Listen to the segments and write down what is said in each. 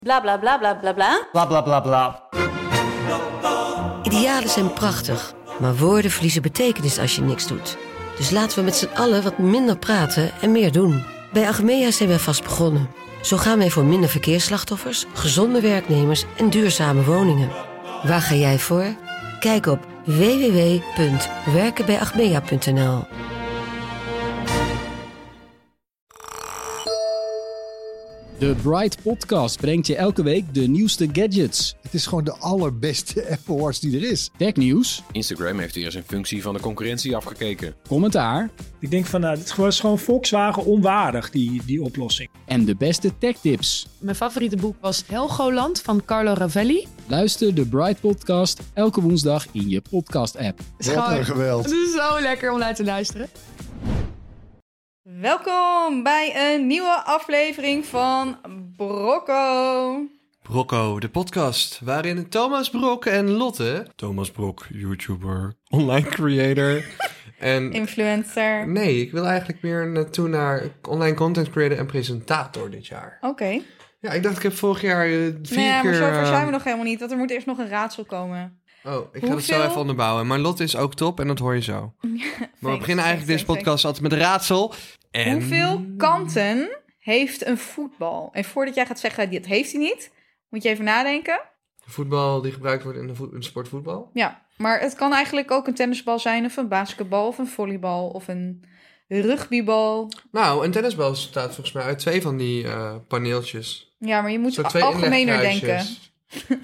Bla bla bla bla bla bla. Bla bla bla bla. Idealen zijn prachtig, maar woorden verliezen betekenis als je niks doet. Dus laten we met z'n allen wat minder praten en meer doen. Bij Achmea zijn wij vast begonnen. Zo gaan wij voor minder verkeersslachtoffers, gezonde werknemers en duurzame woningen. Waar ga jij voor? Kijk op www.werkenbijachmea.nl. De Bright Podcast brengt je elke week de nieuwste gadgets. Het is gewoon de allerbeste Apple Watch die er is. Technieuws. Instagram heeft hier eens een functie van de concurrentie afgekeken. Commentaar. Ik denk van, dit was gewoon Volkswagen onwaardig, die oplossing. En de beste techtips. Mijn favoriete boek was Helgoland van Carlo Ravelli. Luister de Bright Podcast elke woensdag in je podcast-app. Wat een geweld. Het is zo lekker om naar te luisteren. Welkom bij een nieuwe aflevering van Brocco. Brocco, de podcast waarin Thomas Brok en Lotte... Thomas Brok, YouTuber, online creator en... Influencer. Nee, ik wil eigenlijk meer naartoe naar online content creator en presentator dit jaar. Oké. Ja, ik dacht ik heb vorig jaar 4 keer... Nee, maar zover zijn we nog helemaal niet, want er moet eerst nog een raadsel komen. Oh, ik ga het zo even onderbouwen. Maar Lotte is ook top en dat hoor je zo. Maar we beginnen eigenlijk deze podcast altijd met een raadsel. En... Hoeveel kanten heeft een voetbal? En voordat jij gaat zeggen, dat heeft hij niet, moet je even nadenken. Voetbal die gebruikt wordt in de sport voetbal? Ja, maar het kan eigenlijk ook een tennisbal zijn, of een basketbal, of een volleybal, of een rugbybal. Nou, een tennisbal bestaat volgens mij uit 2 van die paneeltjes. Ja, maar je moet Zo 2 algemener denken. inlegkruisjes.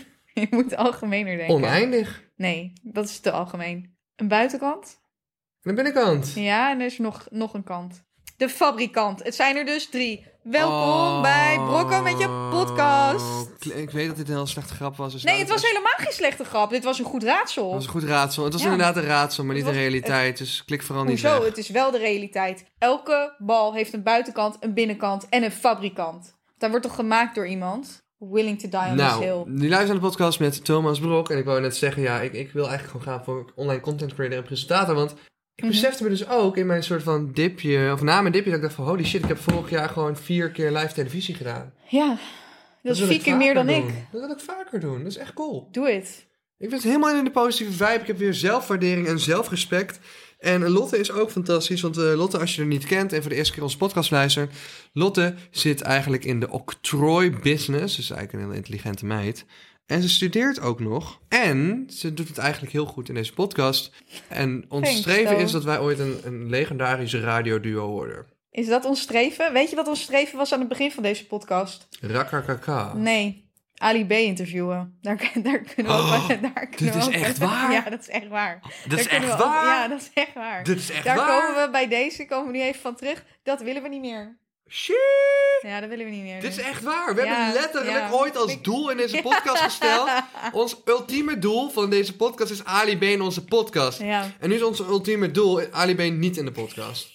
Je moet algemener denken. Oneindig. Nee, dat is te algemeen. Een buitenkant? En de binnenkant. Ja, en er is nog een kant. De fabrikant. Het zijn er dus 3. Welkom bij Brocco met je podcast. Ik weet dat dit een heel slechte grap was. Dus Nee, het was helemaal geen slechte grap. Dit was een goed raadsel. Het was een goed raadsel. Het was Ja. inderdaad een raadsel, maar niet Het de was- realiteit. Dus klik vooral niet Hoezo? weg. Het is wel de realiteit. Elke bal heeft een buitenkant, een binnenkant en een fabrikant. Dat wordt toch gemaakt door iemand? Willing to die on this hill. Nou, die luistert naar de podcast met Thomas Brok. En ik wou net zeggen, ja, ik wil eigenlijk gewoon gaan voor online content creator en presentator. Want ik besefte me dus ook in mijn soort van dipje, of na mijn dipje, dat ik dacht van holy shit, ik heb vorig jaar gewoon 4 keer live televisie gedaan. Ja, dat is wil 4 ik keer meer dan vaker ik. doen. Dat wil ik vaker doen. Dat is echt cool. Doe het. Ik ben helemaal in de positieve vibe. Ik heb weer zelfwaardering en zelfrespect. En Lotte is ook fantastisch. Want Lotte, als je er niet kent en voor de eerste keer onze podcast luistert. Lotte zit eigenlijk in de octrooi-business. Dus eigenlijk een heel intelligente meid. En ze studeert ook nog. En ze doet het eigenlijk heel goed in deze podcast. En ons Thanks, streven Tom. is dat wij ooit een legendarische radioduo worden. Is dat ons streven? Weet je wat ons streven was aan het begin van deze podcast? Rakakaka. Nee. Ali B interviewen. Daar kunnen we ook... Daar kunnen dit we is ook- echt waar? Ja, dat is echt waar. Dat is Daar kunnen echt we ook- waar? Ja, dat is echt waar. Dit is echt Daar waar? komen we bij deze, komen we nu even van terug. Dat willen we niet meer. Shit! Ja, dat willen we niet meer. Dit is doen. echt waar. We Ja, hebben letterlijk ja. ooit als doel in deze podcast gesteld. Ons ultieme doel van deze podcast is Ali B in onze podcast. Ja. En nu is ons ultieme doel Ali B niet in de podcast.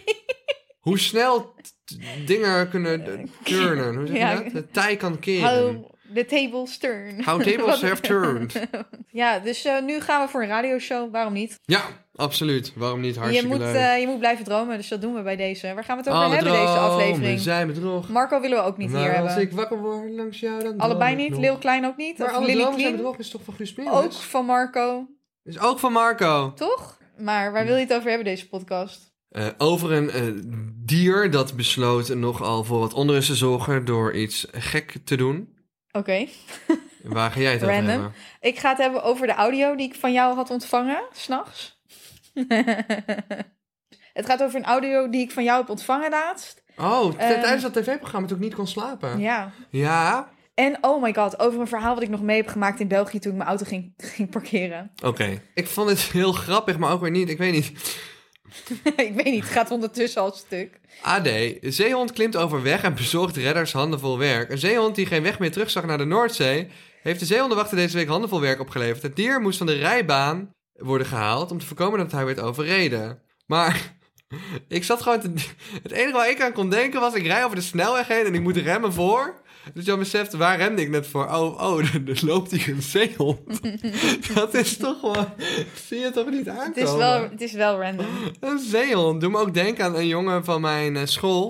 Hoe snel dingen kunnen turnen. Hoe zeg je Ja. dat? De tij kan keren. How the tables turn. How tables have turned. Ja, dus nu gaan we voor een radioshow. Waarom niet? Ja, absoluut. Waarom niet? Hartstikke leuk. Je moet blijven dromen, dus dat doen we bij deze. Waar gaan we het over Alle hebben, deze dromen aflevering? zijn bedrog. Marco willen we ook niet hier Maar als hebben. ik wakker word langs jou, dan Allebei droom ik niet? nog. Leeuw Klein ook niet? Maar Of alle Lily dromen zijn Clean? bedrog is toch van Guus Ook Meeuwis? van Marco, Is ook van Marco. toch? Maar waar wil je het over hebben, deze podcast? Over een dier dat besloot nogal voor wat onrust te zorgen door iets gek te doen. Oké. Waar ga jij het over Random. hebben? Ik ga het hebben over de audio die ik van jou had ontvangen, 's nachts. Het gaat over een audio die ik van jou heb ontvangen laatst. Oh, tijdens dat tv-programma toen ik niet kon slapen. Ja. Ja? En oh my god, over een verhaal wat ik nog mee heb gemaakt in België toen ik mijn auto ging parkeren. Oké. Ik vond het heel grappig, maar ook weer niet. Ik weet niet. Ik weet niet, het gaat ondertussen al stuk. AD. Zeehond klimt over weg en bezorgt redders handenvol werk. Een zeehond die geen weg meer terugzag naar de Noordzee... heeft de zeehondenwachter deze week handenvol werk opgeleverd. Het dier moest van de rijbaan worden gehaald... om te voorkomen dat hij werd overreden. Maar ik zat gewoon het enige waar ik aan kon denken was... ik rij over de snelweg heen en ik moet remmen voor... Dus je beseft, waar remde ik net voor? Er loopt hier een zeehond. Dat is toch gewoon... Zie je toch niet aankomen? Het is wel random. Een zeehond. Doe me ook denken aan een jongen van mijn school.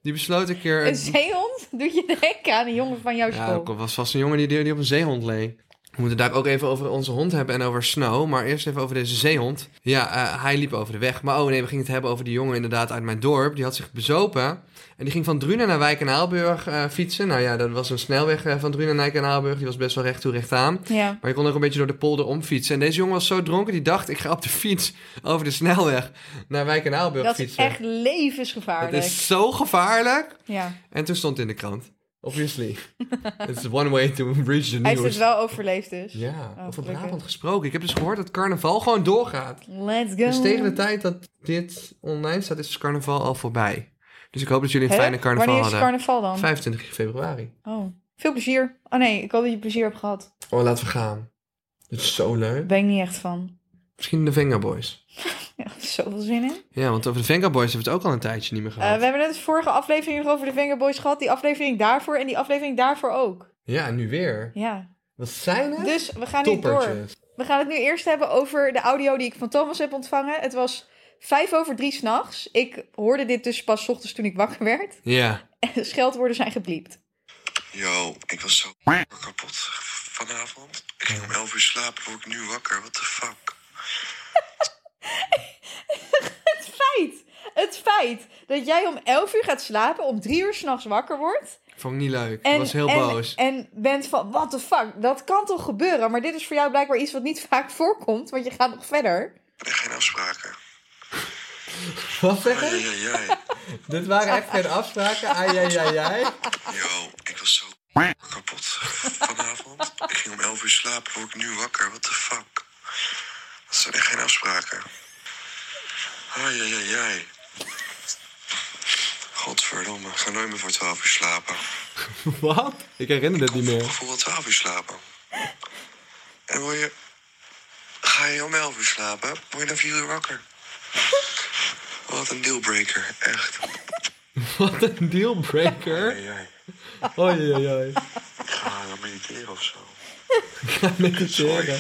Die besloot een keer... Een zeehond doet je denken aan een jongen van jouw school. Ja, was vast een jongen die op een zeehond leek. We moeten daar ook even over onze hond hebben en over Snow. Maar eerst even over deze zeehond. Ja, hij liep over de weg. Maar we gingen het hebben over die jongen inderdaad uit mijn dorp. Die had zich bezopen. En die ging van Drunen naar Wijk en Aalburg fietsen. Nou ja, dat was een snelweg van Drunen naar Wijk en Aalburg. Die was best wel recht toe, recht aan. Ja. Maar je kon ook een beetje door de polder omfietsen. En deze jongen was zo dronken, die dacht... ik ga op de fiets over de snelweg naar Wijk en Aalburg fietsen. Dat is echt levensgevaarlijk. Dat is zo gevaarlijk. Ja. En toen stond het in de krant. Obviously. It's one way to reach the news. Hij is het wel overleefd dus. Ja, over gelukkig. Brabant gesproken. Ik heb dus gehoord dat carnaval gewoon doorgaat. Let's go. Dus tegen de tijd dat dit online staat, is het carnaval al voorbij. Dus ik hoop dat jullie een fijne carnaval Wanneer is hadden. carnaval dan? 25 februari. Oh, veel plezier. Oh nee, ik hoop dat je plezier hebt gehad. Oh, laten we gaan. Dit is zo leuk. Daar ben ik niet echt van. Misschien de Venga Boys. Ja, zoveel zin in. Ja, want over de Venga Boys hebben we het ook al een tijdje niet meer gehad. We hebben net de vorige aflevering nog over de Venga Boys gehad. Die aflevering daarvoor en die aflevering daarvoor ook. Ja, en nu weer. Ja. Wat zijn het? Dus we gaan nu door. Toppertjes. We gaan het nu eerst hebben over de audio die ik van Thomas heb ontvangen. Het was 2:55 s'nachts. Ik hoorde dit dus pas 's ochtends toen ik wakker werd. Ja. En de scheldwoorden zijn gebliept. Yo, ik was zo kapot vanavond. Ik ging om 11 uur slapen, word ik nu wakker. What the fuck? Het feit dat jij om 11 uur gaat slapen, om 3 uur 's nachts wakker wordt. Vond ik niet leuk. Ik was heel boos. En bent van, what the fuck, dat kan toch gebeuren? Maar dit is voor jou blijkbaar iets wat niet vaak voorkomt, want je gaat nog verder. Echt geen afspraken. Wat zeg je? Ai. Dit waren echt geen afspraken. Ai. Yo, ik was zo kapot vanavond. Ik ging om 11 uur slapen, word ik nu wakker. What the fuck? Dat zijn echt geen afspraken. Ai. Godverdomme, ik ga nooit meer voor 12 uur slapen. Wat? Ik herinner dit niet meer. Ik wil 12 uur slapen. En ga je om 11 uur slapen, word je dan 4 uur wakker. Wat een dealbreaker, echt. Wat een dealbreaker. Ai. Ik ga mediteren of zo. Ga mediteren.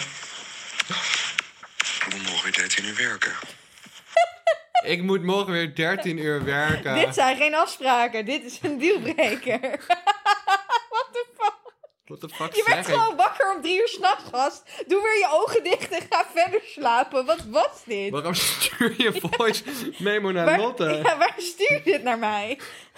Ik moet morgen weer 13 uur werken. Ik moet morgen weer 13 uur werken. Dit zijn geen afspraken, dit is een dealbreaker. What the fuck? What the fuck Je werd zeg ik? gewoon wakker om 3 uur 's nachts, gast. Doe weer je ogen dicht en ga verder slapen. Wat was dit? Waarom stuur je voice memo naar Lotte? Waar stuur je dit naar mij?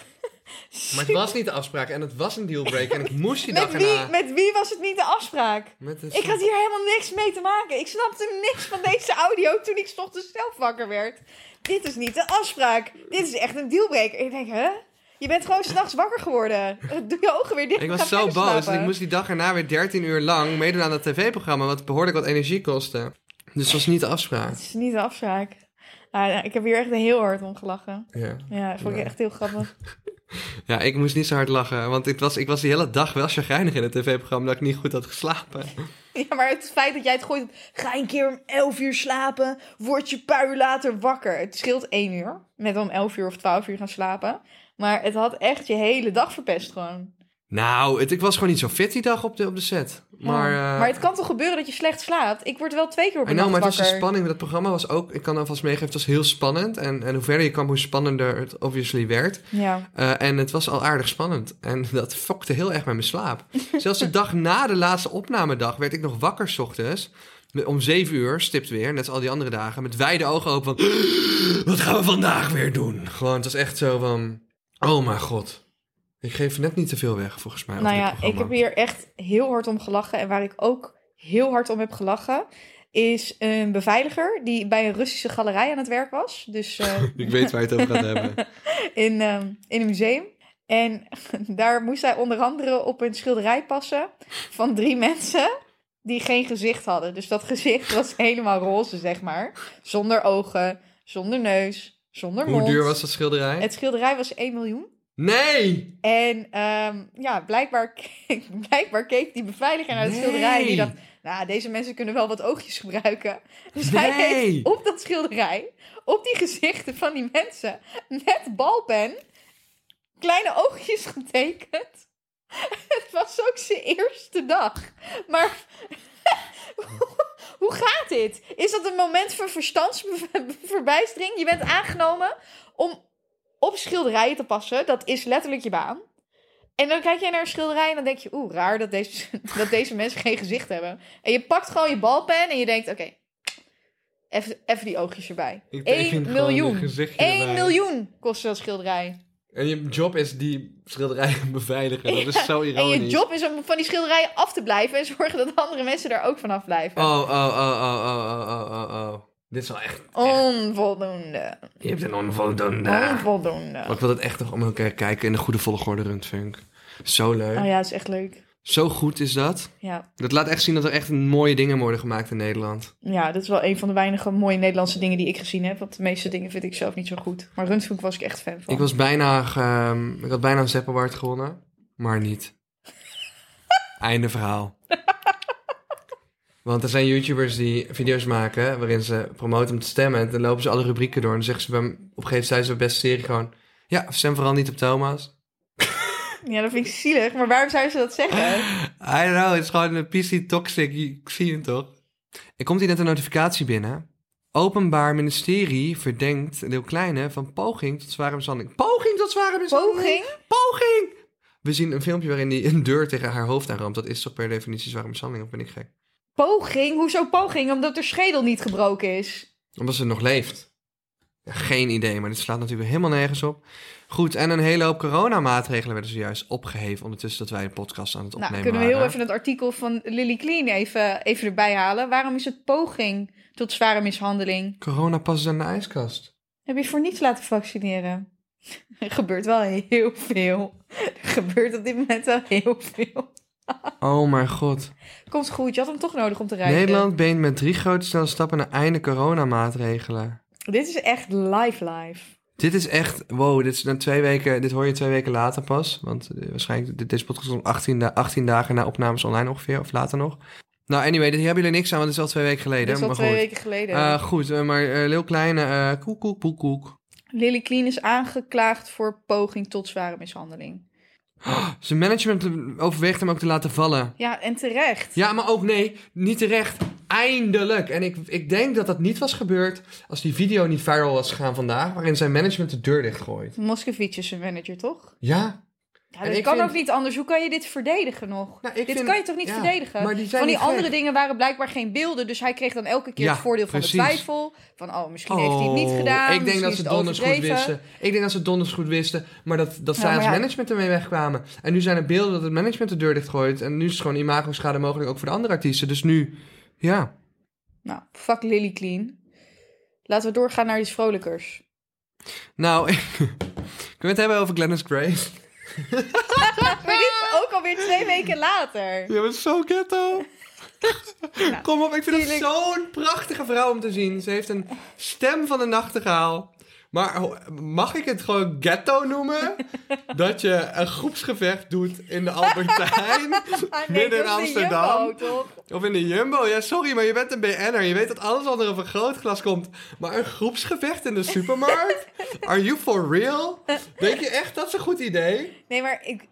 Maar het was niet de afspraak en het was een dealbreaker en ik moest die dag erna... Met wie was het niet de afspraak? Ik had hier helemaal niks mee te maken. Ik snapte niks van deze audio toen ik 's ochtends zelf wakker werd. Dit is niet de afspraak. Dit is echt een dealbreaker. Ik denk, hè? Je bent gewoon 's nachts wakker geworden. Doe je ogen weer dicht. Ik was zo boos en ik moest die dag erna weer 13 uur lang meedoen aan dat tv-programma, wat behoorlijk wat energie kostte. Dus dat was niet de afspraak. Het is niet de afspraak. Ik heb hier echt heel hard om gelachen. Ja, dat vond ik echt heel grappig. Ja, ik moest niet zo hard lachen, want ik was die hele dag wel chagrijnig in het tv-programma dat ik niet goed had geslapen. Ja, maar het feit dat jij het gooit, ga een keer om 11 uur slapen, word je een paar uur later wakker. Het scheelt 1 uur, met om 11 uur of 12 uur gaan slapen. Maar het had echt je hele dag verpest gewoon. Nou, ik was gewoon niet zo fit die dag op de set. Maar het kan toch gebeuren dat je slecht slaapt? Ik word wel 2 keer op een nacht maar wakker. het was de spanning. Dat programma was ook, ik kan alvast meegeven, het was heel spannend. En hoe verder je kwam, hoe spannender het obviously werd. Ja. En het was al aardig spannend. En dat fokte heel erg met mijn slaap. Zelfs de dag na de laatste opnamedag werd ik nog wakker 's ochtends. Om 7 uur, stipt weer, net als al die andere dagen. Met wijde ogen open van, wat gaan we vandaag weer doen? Gewoon, het was echt zo van, oh mijn god. Ik geef net niet te veel weg, volgens mij. Nou ja, ik heb hier echt heel hard om gelachen. En waar ik ook heel hard om heb gelachen, is een beveiliger die bij een Russische galerij aan het werk was. Dus, ik weet waar je het over gaat hebben. In een museum. En daar moest hij onder andere op een schilderij passen van 3 mensen die geen gezicht hadden. Dus dat gezicht was helemaal roze, zeg maar. Zonder ogen, zonder neus, zonder mond. Hoe duur was dat schilderij? Het schilderij was 1 miljoen. Nee! En blijkbaar keek die beveiliger naar het schilderij. En die dacht, nou, deze mensen kunnen wel wat oogjes gebruiken. Dus hij heeft op dat schilderij, op die gezichten van die mensen, met balpen, kleine oogjes getekend. Het was ook zijn eerste dag. Maar hoe gaat dit? Is dat een moment van verstandsverbijstering? Je bent aangenomen om op schilderijen te passen. Dat is letterlijk je baan. En dan kijk jij naar een schilderij en dan denk je... raar dat deze mensen geen gezicht hebben. En je pakt gewoon je balpen en je denkt... Oké, even die oogjes erbij. 1 miljoen. 1 miljoen kost dat schilderij. En je job is die schilderijen beveiligen. Dat is zo ironisch. En je job is om van die schilderijen af te blijven... en zorgen dat andere mensen daar ook vanaf blijven. Oh. Dit is wel echt... Onvoldoende. Je hebt een onvoldoende. Maar ik wil het echt nog om elkaar kijken in de goede volgorde, Rundfunk. Zo leuk. Oh ja, het is echt leuk. Zo goed is dat. Ja. Dat laat echt zien dat er echt mooie dingen worden gemaakt in Nederland. Ja, dat is wel een van de weinige mooie Nederlandse dingen die ik gezien heb. Want de meeste dingen vind ik zelf niet zo goed. Maar Rundfunk was ik echt fan van. Ik had bijna een Zepp Award gewonnen. Maar niet. Einde verhaal. Want er zijn YouTubers die video's maken waarin ze promoten om te stemmen. En dan lopen ze alle rubrieken door. En dan zeggen ze op een gegeven moment tijdens de beste serie gewoon... Ja, stem vooral niet op Thomas. Ja, dat vind ik zielig. Maar waarom zouden ze dat zeggen? I don't know, het is gewoon een PC toxic. Ik zie het toch? Er komt hier net een notificatie binnen. Openbaar Ministerie verdenkt Leeuw Kleine van poging tot zware mishandeling. Poging tot zware mishandeling? Poging! We zien een filmpje waarin hij een deur tegen haar hoofd aanramt. Dat is toch per definitie zware mishandeling, of ben ik gek? Poging? Hoezo poging? Omdat haar schedel niet gebroken is. Omdat ze nog leeft. Ja, geen idee, maar dit slaat natuurlijk helemaal nergens op. Goed, en een hele hoop coronamaatregelen werden zojuist opgeheven... ondertussen dat wij een podcast aan het opnemen kunnen we heel even het artikel van Lily Clean even erbij halen. Waarom is het poging tot zware mishandeling? Corona past aan de ijskast. Heb je voor niets laten vaccineren? Er gebeurt wel heel veel. Er gebeurt op dit moment wel heel veel. Oh mijn god. Komt goed, je had hem toch nodig om te rijden. Nederland beent met 3 grote snelle stappen naar einde coronamaatregelen. Dit is echt live. Dit is echt, wow, dit is na 2 weken, dit hoor je 2 weken later pas. Want waarschijnlijk, deze podcast komt 18 dagen na opnames online ongeveer, of later nog. Nou, anyway, hier hebben jullie niks aan, want het is al 2 weken geleden. Dit is al 2 weken geleden. Goed, maar Leeuw Kleine, koek. Lily Clean is aangeklaagd voor poging tot zware mishandeling. Zijn management overweegt hem ook te laten vallen. Ja, en terecht. Ja, maar ook nee, niet terecht. Eindelijk. En ik denk dat dat niet was gebeurd als die video niet viral was gegaan vandaag, waarin zijn management de deur dichtgooit. Moscovici is zijn manager, toch? Ja. Ja, dat kan ook niet anders. Hoe kan je dit verdedigen nog? Nou, kan je toch niet verdedigen? Maar die van die andere dingen waren blijkbaar geen beelden. Dus hij kreeg dan elke keer het voordeel van de twijfel. Van, misschien heeft hij het niet gedaan. Ik denk dat ze donders goed wisten. Ik denk dat ze donders goed wisten. Maar dat zij als management ermee wegkwamen. En nu zijn er beelden dat het management de deur dichtgooit. En nu is het gewoon imago-schade mogelijk ook voor de andere artiesten. Dus nu, ja. Nou, fuck Lily Clean. Laten we doorgaan naar iets vrolijkers. Nou, kunnen we het hebben over Glennis Grace? Maar dit is ook alweer 2 weken later. Je bent zo ghetto. Nou, kom op, ik vind het zo'n prachtige vrouw om te zien. Ze heeft een stem van een nachtegaal. Maar mag ik het gewoon ghetto noemen? Dat je een groepsgevecht doet in de Albertijn, midden in Amsterdam. Jumbo, toch? Of in de Jumbo. Ja, sorry, maar je bent een BN'er. Je weet dat alles onder een vergrootglas komt. Maar een groepsgevecht in de supermarkt? Are you for real? Denk je echt, dat is een goed idee? Nee, maar ik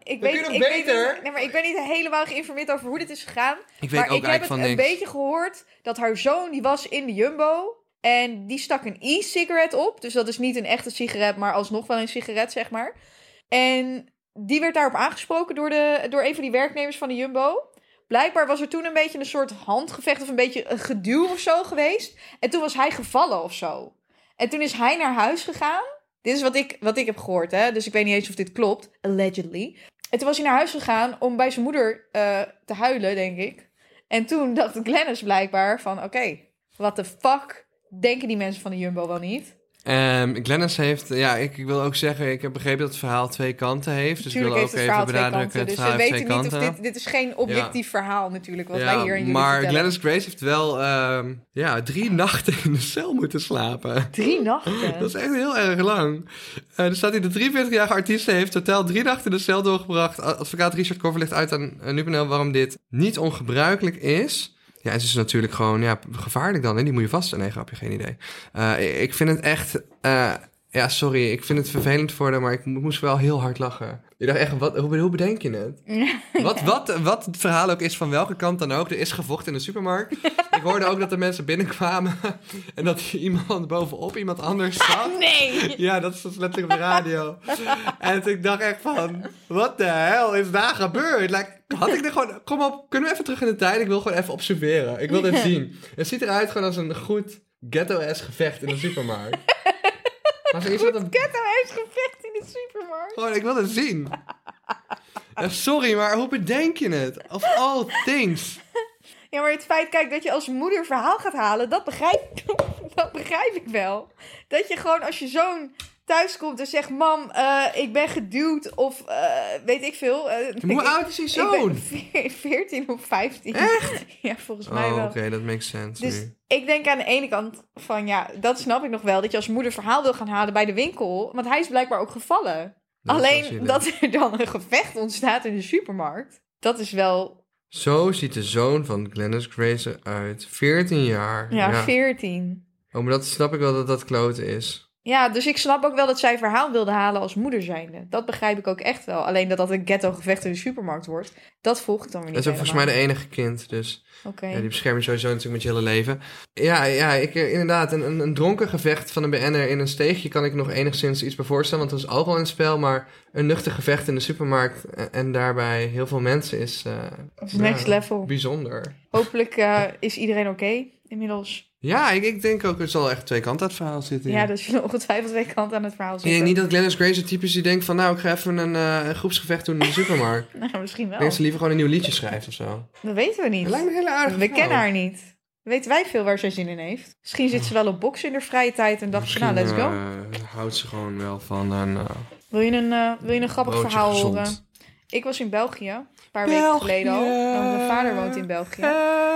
ben niet helemaal geïnformeerd over hoe dit is gegaan. Ik weet ook eigenlijk van niks. Ik heb een beetje gehoord dat haar zoon, die was in de Jumbo. En die stak een e-cigarette op. Dus dat is niet een echte sigaret, maar alsnog wel een sigaret, zeg maar. En die werd daarop aangesproken door een van die werknemers van de Jumbo. Blijkbaar was er toen een beetje een soort handgevecht of een beetje een geduw of zo geweest. En toen was hij gevallen of zo. En toen is hij naar huis gegaan. Dit is wat ik heb gehoord, hè. Dus ik weet niet eens of dit klopt. Allegedly. En toen was hij naar huis gegaan om bij zijn moeder te huilen, denk ik. En toen dacht Glennis blijkbaar van, oké, what the fuck denken die mensen van de Jumbo wel niet? Glennis heeft, ik wil ook zeggen, ik heb begrepen dat het verhaal 2 kanten heeft. Dus natuurlijk ik wil ook even benadrukken, het verhaal heeft 2 kanten. Dus we weten niet of dit is geen objectief verhaal natuurlijk, wat wij hier aan jullie maar vertellen. Glennis Grace heeft wel 3 nachten in de cel moeten slapen. 3 nachten? Dat is echt heel erg lang. Er staat hier, de 43-jarige artiest heeft totaal 3 nachten in de cel doorgebracht. Advocaat Richard Korver legt uit aan nu.nl waarom dit niet ongebruikelijk is. Ja, en ze is natuurlijk gewoon gevaarlijk dan. En die moet je vast... Nee, grapje, geen idee. Ik vind het echt... sorry, ik vind het vervelend voor haar, maar ik moest wel heel hard lachen. Je dacht echt, hoe bedenk je het? Wat het verhaal ook is van welke kant dan ook. Er is gevochten in de supermarkt. Ik hoorde ook dat er mensen binnenkwamen. En dat iemand bovenop iemand anders zat. Nee! Ja, dat is letterlijk op de radio. En ik dacht echt van, wat de hel is daar gebeurd? Had ik er gewoon, kom op, kunnen we even terug in de tijd? Ik wil gewoon even observeren. Ik wil dit zien. Het ziet eruit gewoon als een goed ghetto-ass gevecht in de supermarkt. Ghetto-ass gevecht in de supermarkt. Gewoon, ik wil het zien. Sorry, maar hoe bedenk je het? Of all things. Ja, maar het feit, kijk, dat je als moeder verhaal gaat halen, dat begrijp ik wel. Dat je gewoon, als je zoon thuis komt en zegt, mam, ik ben geduwd of weet ik veel. Hoe oud is die zoon? Ik ben 14 of 15. Echt? Ja, volgens mij wel. Oké, dat makes sense. Dus nu. ik denk aan de ene kant van, ja, dat snap ik nog wel, dat je als moeder verhaal wil gaan halen bij de winkel. Want hij is blijkbaar ook gevallen. Alleen dat er dan een gevecht ontstaat in de supermarkt, dat is wel... Zo ziet de zoon van Glennis Grace eruit. 14 jaar. Ja, 14. Oh, maar dat snap ik wel dat kloten is. Ja, dus ik snap ook wel dat zij verhaal wilde halen als moeder zijnde. Dat begrijp ik ook echt wel. Alleen dat een ghetto gevecht in de supermarkt wordt, dat volg ik dan weer niet. Dat is ook volgens mij de enige kind, dus... Oké. Ja, die bescherm je sowieso natuurlijk met je hele leven. Ja, ik inderdaad, een dronken gevecht van een BN'er in een steegje kan ik nog enigszins iets bij voorstellen, want er is alcohol in het spel, maar een nuchter gevecht in de supermarkt en daarbij heel veel mensen is... next level. Bijzonder. Hopelijk is iedereen oké inmiddels. Ja, ik denk ook, er zal echt twee kanten aan het verhaal zitten. Ja, dat je ongetwijfeld twee kanten aan het verhaal zitten. Ik denk niet dat Glennis Grace het type is die denkt van, nou, ik ga even een groepsgevecht doen in de supermarkt. Nou, misschien wel. Ik denk dat ze liever gewoon een nieuw liedje schrijft of zo. Dat weten we niet. Dat lijkt me een hele aardige We vrouw. kennen haar niet. Weten wij veel waar zij zin in heeft. Misschien zit ze wel op boksen in haar vrije tijd en dacht ze, nou, let's go. Houdt ze gewoon wel van Wil je een grappig broodje verhaal gezond. horen? Ik was in België, een paar weken geleden al. Want mijn vader woont in België.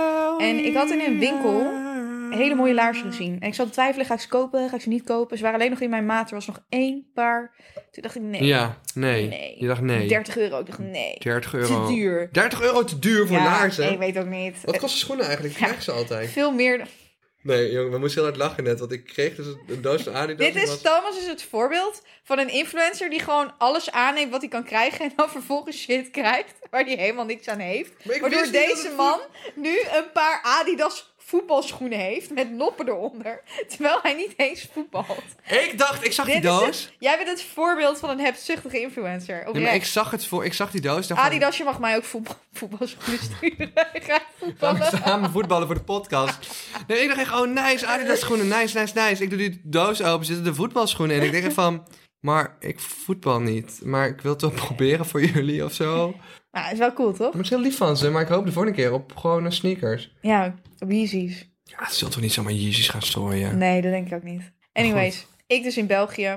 En ik had in een winkel hele mooie laarzen gezien. En ik zat te twijfelen, ga ik ze kopen, ga ik ze niet kopen? Ze waren alleen nog in mijn maat, er was nog 1 paar. Toen dacht ik, nee. Ja, nee. Je dacht nee. 30 euro. Ik dacht, nee. 30 euro. Te duur. 30 euro te duur voor laarzen? Nee, ik weet ook niet. Wat kosten schoenen eigenlijk? Ik krijg ze altijd. Veel meer. Nee, jongen, we moesten heel hard lachen net. Want ik kreeg dus een doos van Adidas. Thomas is het voorbeeld van een influencer die gewoon alles aanneemt wat hij kan krijgen. En dan vervolgens shit krijgt waar hij helemaal niks aan heeft. Waardoor deze man nu een paar Adidas voetbalschoenen heeft met noppen eronder. Terwijl hij niet eens voetbalt. Ik zag die doos. Jij bent het voorbeeld van een hebzuchtige influencer. Nee, maar ik zag die doos. Daarvan... Adidas, je mag mij ook voetbalschoenen sturen. Ik ga voetballen. Gaan we samen voetballen voor de podcast. Nee, ik dacht echt, oh nice, Adidas schoenen, nice. Ik doe die doos open, zitten de voetbalschoenen in. Ik denk echt van, maar ik voetbal niet. Maar ik wil het wel proberen voor jullie of zo. Nou, is wel cool, toch? Maar het is heel lief van ze, maar ik hoop de volgende keer op gewone sneakers. Ja, op Yeezys. Ja, het zult toch niet zomaar Yeezys gaan strooien? Nee, dat denk ik ook niet. Anyways, ik dus in België.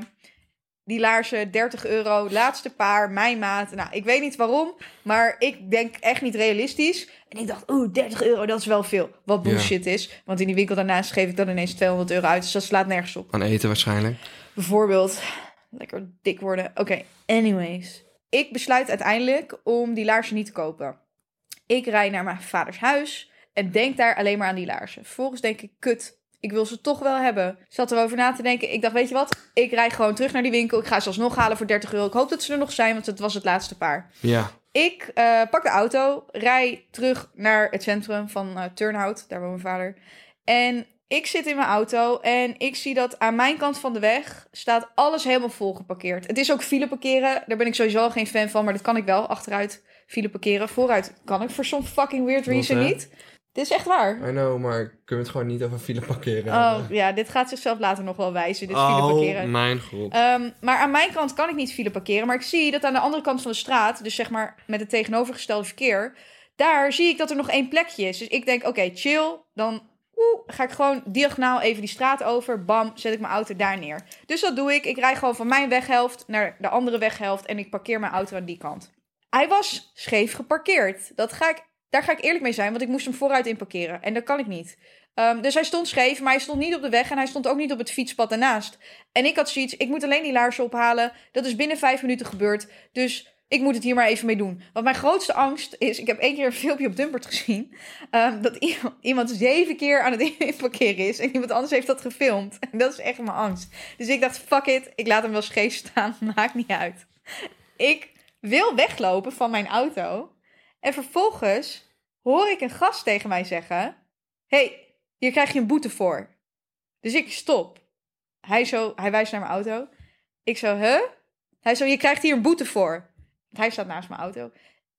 Die laarzen, 30 euro, laatste paar, mijn maat. Nou, ik weet niet waarom, maar ik denk echt niet realistisch. En ik dacht, 30 euro, dat is wel veel. Wat bullshit is. Want in die winkel daarnaast geef ik dan ineens 200 euro uit. Dus dat slaat nergens op. Aan eten waarschijnlijk. Bijvoorbeeld, lekker dik worden. Oké, anyways. Ik besluit uiteindelijk om die laarzen niet te kopen. Ik rijd naar mijn vaders huis en denk daar alleen maar aan die laarzen. Vervolgens denk ik, kut, ik wil ze toch wel hebben. Ik zat erover na te denken. Ik dacht, weet je wat? Ik rijd gewoon terug naar die winkel. Ik ga ze alsnog halen voor 30 euro. Ik hoop dat ze er nog zijn, want het was het laatste paar. Ja. Ik pak de auto, rij terug naar het centrum van Turnhout. Daar woont mijn vader. En ik zit in mijn auto en ik zie dat aan mijn kant van de weg staat alles helemaal vol geparkeerd. Het is ook file parkeren. Daar ben ik sowieso geen fan van, maar dat kan ik wel. Achteruit file parkeren. Vooruit kan ik voor some fucking weird reason niet. Dit is echt waar. I know, maar kunnen we het gewoon niet over file parkeren? Oh ja, dit gaat zichzelf later nog wel wijzen. Dit file parkeren. Oh mijn god. Maar aan mijn kant kan ik niet file parkeren. Maar ik zie dat aan de andere kant van de straat, dus zeg maar met het tegenovergestelde verkeer, daar zie ik dat er nog 1 plekje is. Dus ik denk, oké, chill. Dan ga ik gewoon diagonaal even die straat over. Bam, zet ik mijn auto daar neer. Dus dat doe ik. Ik rijd gewoon van mijn weghelft naar de andere weghelft en ik parkeer mijn auto aan die kant. Hij was scheef geparkeerd. Daar ga ik eerlijk mee zijn, want ik moest hem vooruit inparkeren. En dat kan ik niet. Dus hij stond scheef, maar hij stond niet op de weg en hij stond ook niet op het fietspad daarnaast. En ik had zoiets, ik moet alleen die laarzen ophalen. Dat is binnen 5 minuten gebeurd. Dus ik moet het hier maar even mee doen. Want mijn grootste angst is, ik heb 1 keer een filmpje op Dumpert gezien, dat iemand 7 keer aan het inparkeren is en iemand anders heeft dat gefilmd. En dat is echt mijn angst. Dus ik dacht, fuck it, ik laat hem wel scheef staan, maakt niet uit. Ik wil weglopen van mijn auto. En vervolgens hoor ik een gast tegen mij zeggen... Hey, hier krijg je een boete voor. Dus ik stop. Hij wijst naar mijn auto. Ik zo, huh? Hij zo, je krijgt hier een boete voor. Hij staat naast mijn auto.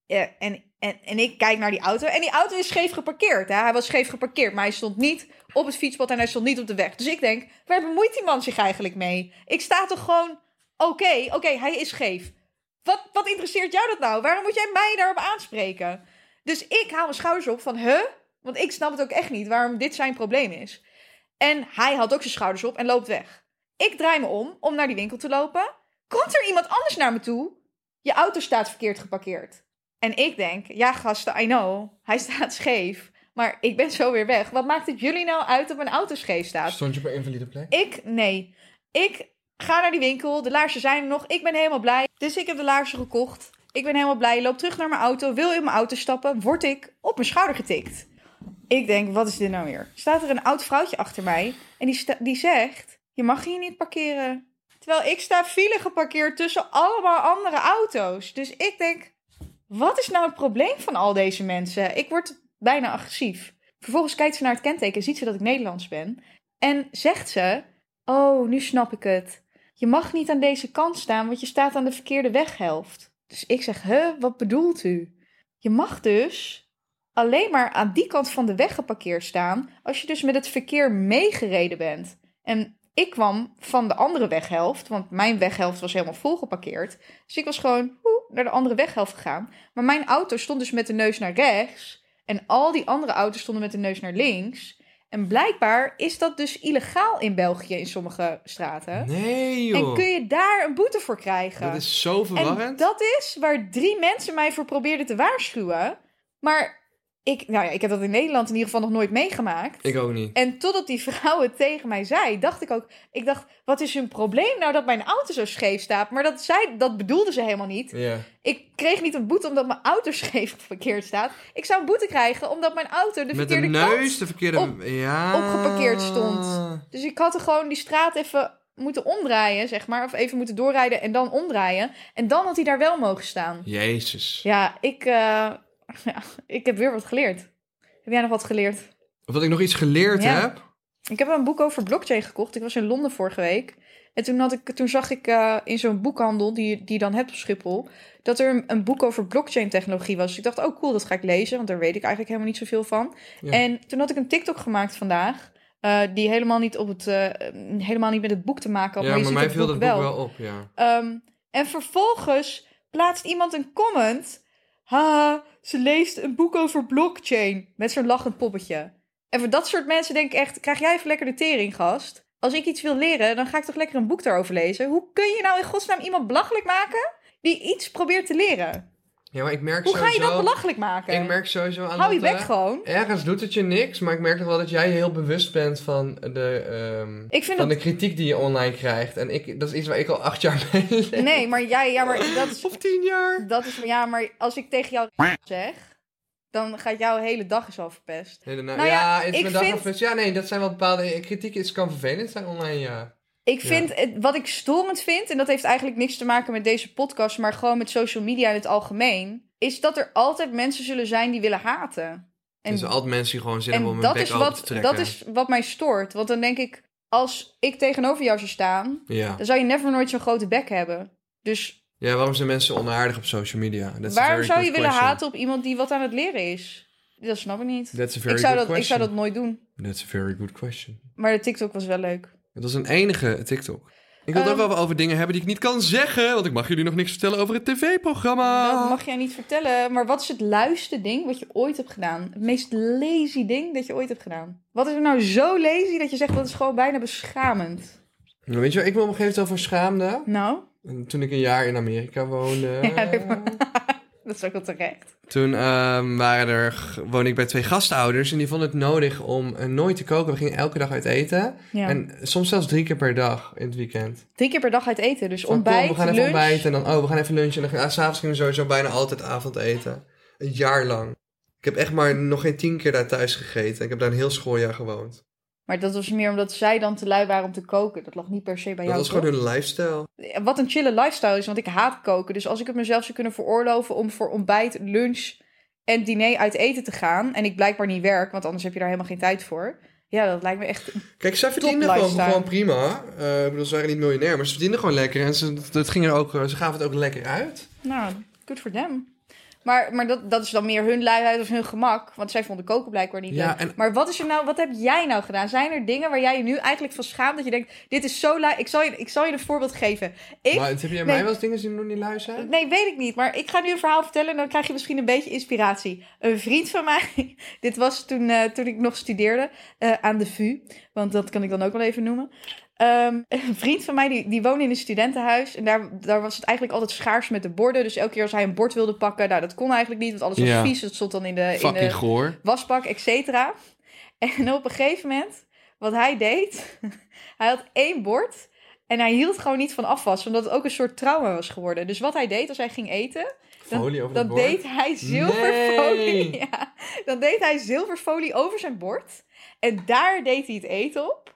En ik kijk naar die auto. En die auto is scheef geparkeerd. Hè? Hij was scheef geparkeerd, maar hij stond niet op het fietspad en hij stond niet op de weg. Dus ik denk, waar bemoeit die man zich eigenlijk mee? Ik sta toch gewoon, oké, hij is scheef. Wat interesseert jou dat nou? Waarom moet jij mij daarop aanspreken? Dus ik haal mijn schouders op van, huh? Want ik snap het ook echt niet waarom dit zijn probleem is. En hij haalt ook zijn schouders op en loopt weg. Ik draai me om naar die winkel te lopen. Komt er iemand anders naar me toe? Je auto staat verkeerd geparkeerd. En ik denk, ja gasten, I know. Hij staat scheef. Maar ik ben zo weer weg. Wat maakt het jullie nou uit dat mijn auto scheef staat? Stond je op een invalide plek? Nee. Ik ga naar die winkel. De laarzen zijn er nog. Ik ben helemaal blij. Dus ik heb de laarzen gekocht. Ik ben helemaal blij. Loop terug naar mijn auto. Wil in mijn auto stappen. Word ik op mijn schouder getikt. Ik denk, wat is dit nou weer? Staat er een oud vrouwtje achter mij. En die zegt, je mag hier niet parkeren. Terwijl ik sta file geparkeerd tussen allemaal andere auto's. Dus ik denk, wat is nou het probleem van al deze mensen? Ik word bijna agressief. Vervolgens kijkt ze naar het kenteken, ziet ze dat ik Nederlands ben. En zegt ze, oh, nu snap ik het. Je mag niet aan deze kant staan, want je staat aan de verkeerde weghelft. Dus ik zeg, wat bedoelt u? Je mag dus alleen maar aan die kant van de weg geparkeerd staan, als je dus met het verkeer meegereden bent. En ik kwam van de andere weghelft, want mijn weghelft was helemaal vol geparkeerd. Dus ik was gewoon naar de andere weghelft gegaan. Maar mijn auto stond dus met de neus naar rechts. En al die andere auto's stonden met de neus naar links. En blijkbaar is dat dus illegaal in België in sommige straten. Nee, joh. En kun je daar een boete voor krijgen. Dat is zo verwarrend. En dat is waar 3 mensen mij voor probeerden te waarschuwen. Maar ik heb dat in Nederland in ieder geval nog nooit meegemaakt. Ik ook niet. En totdat die vrouw het tegen mij zei, dacht ik ook... Ik dacht, wat is hun probleem nou dat mijn auto zo scheef staat? Maar dat bedoelde ze helemaal niet. Yeah. Ik kreeg niet een boete omdat mijn auto scheef verkeerd staat. Ik zou een boete krijgen omdat mijn auto de verkeerde kant opgeparkeerd stond. Dus ik had er gewoon die straat even moeten omdraaien, zeg maar. Of even moeten doorrijden en dan omdraaien. En dan had hij daar wel mogen staan. Jezus. Ja, ik heb weer wat geleerd. Heb jij nog wat geleerd? Of dat ik nog iets geleerd heb? Ik heb een boek over blockchain gekocht. Ik was in Londen vorige week. En toen zag ik in zo'n boekhandel, die je dan hebt op Schiphol, dat er een boek over blockchain technologie was. Dus ik dacht, oh cool, dat ga ik lezen. Want daar weet ik eigenlijk helemaal niet zoveel van. Ja. En toen had ik een TikTok gemaakt vandaag. Die helemaal niet met het boek te maken had. Ja, maar mij viel dat boek wel op, ja. En vervolgens plaatst iemand een comment. Haha, ze leest een boek over blockchain. Met zo'n lachend poppetje. En voor dat soort mensen denk ik echt, krijg jij even lekker de tering, gast. Als ik iets wil leren, dan ga ik toch lekker een boek daarover lezen. Hoe kun je nou in godsnaam iemand belachelijk maken die iets probeert te leren? Ja, maar ik merk Hoe ga je dat belachelijk maken? Ik merk sowieso aan hou je bek gewoon. Ergens doet het je niks, maar ik merk toch wel dat jij heel bewust bent van de kritiek die je online krijgt. En dat is iets waar ik al 8 jaar mee leef. Nee, maar dat is... Of 10 jaar. Dat is, ja, maar als ik tegen jou zeg, dan gaat jouw hele dag is al verpest. Het is mijn dag al verpest. Ja, nee, dat zijn wel bepaalde... Kritiek kan vervelend zijn online, ja. Ik vind, wat ik storend vind, en dat heeft eigenlijk niks te maken met deze podcast, maar gewoon met social media in het algemeen, is dat er altijd mensen zullen zijn die willen haten. En er zijn altijd mensen die gewoon zin hebben om hun bek open te trekken. Dat is wat mij stoort. Want dan denk ik, als ik tegenover jou zou staan, dan zou je never nooit zo'n grote bek hebben. Dus... Ja, waarom zijn mensen onaardig op social media? Waarom zou je willen haten op iemand die wat aan het leren is? Dat snap ik niet. Ik zou dat nooit doen. That's a very good question. Maar de TikTok was wel leuk. Het was een enige TikTok. Ik wil het ook wel over dingen hebben die ik niet kan zeggen, want ik mag jullie nog niks vertellen over het tv-programma. Dat mag jij niet vertellen, maar wat is het luiste ding wat je ooit hebt gedaan? Het meest lazy ding dat je ooit hebt gedaan? Wat is er nou zo lazy dat je zegt dat is gewoon bijna beschamend? Nou, weet je waar ik me op een gegeven moment over schaamde? Nou? Toen ik een jaar in Amerika woonde. Ja, dat is ook wel terecht. Toen woonde ik bij 2 gastouders en die vonden het nodig om nooit te koken. We gingen elke dag uit eten. Ja. En soms zelfs 3 keer per dag in het weekend. 3 keer per dag uit eten? Dus ontbijt, we gaan even lunch. ontbijten en dan we gaan even lunchen. En dan s'avonds gingen we sowieso bijna altijd avondeten. Een jaar lang. Ik heb echt maar nog geen 10 keer daar thuis gegeten. Ik heb daar een heel schooljaar gewoond. Maar dat was meer omdat zij dan te lui waren om te koken. Dat lag niet per se bij jou. Dat was toch? gewoon hun lifestyle. Wat een chille lifestyle is, want ik haat koken. Dus als ik het mezelf zou kunnen veroorloven om voor ontbijt, lunch en diner uit eten te gaan... en ik blijkbaar niet werk, want anders heb je daar helemaal geen tijd voor... Ja, dat lijkt me echt... Kijk, zij verdienden gewoon prima. Ik bedoel, ze waren niet miljonair, maar ze verdienden gewoon lekker. En ze gaven het ook lekker uit. Nou, good for them. Maar dat is dan meer hun luiheid of hun gemak. Want zij vonden koken blijkbaar niet leuk. Maar wat heb jij nou gedaan? Zijn er dingen waar jij je nu eigenlijk van schaamt? Dat je denkt, dit is zo lui. Ik zal je een voorbeeld geven. Maar heb jij mij wel eens dingen zien doen die lui zijn? Nee, weet ik niet. Maar ik ga nu een verhaal vertellen en dan krijg je misschien een beetje inspiratie. Een vriend van mij, dit was toen ik nog studeerde aan de VU. Want dat kan ik dan ook wel even noemen. Een vriend van mij, die woonde in een studentenhuis. En daar was het eigenlijk altijd schaars met de borden. Dus elke keer als hij een bord wilde pakken... Nou, dat kon eigenlijk niet, want alles was vies. Het stond dan in de wasbak, et cetera. En op een gegeven moment, wat hij deed... Hij had 1 bord... En hij hield gewoon niet van afwassen, omdat het ook een soort trauma was geworden. Dus wat hij deed als hij ging eten... Dan deed hij zilverfolie. Nee. Ja, dan deed hij zilverfolie over zijn bord. En daar deed hij het eten op.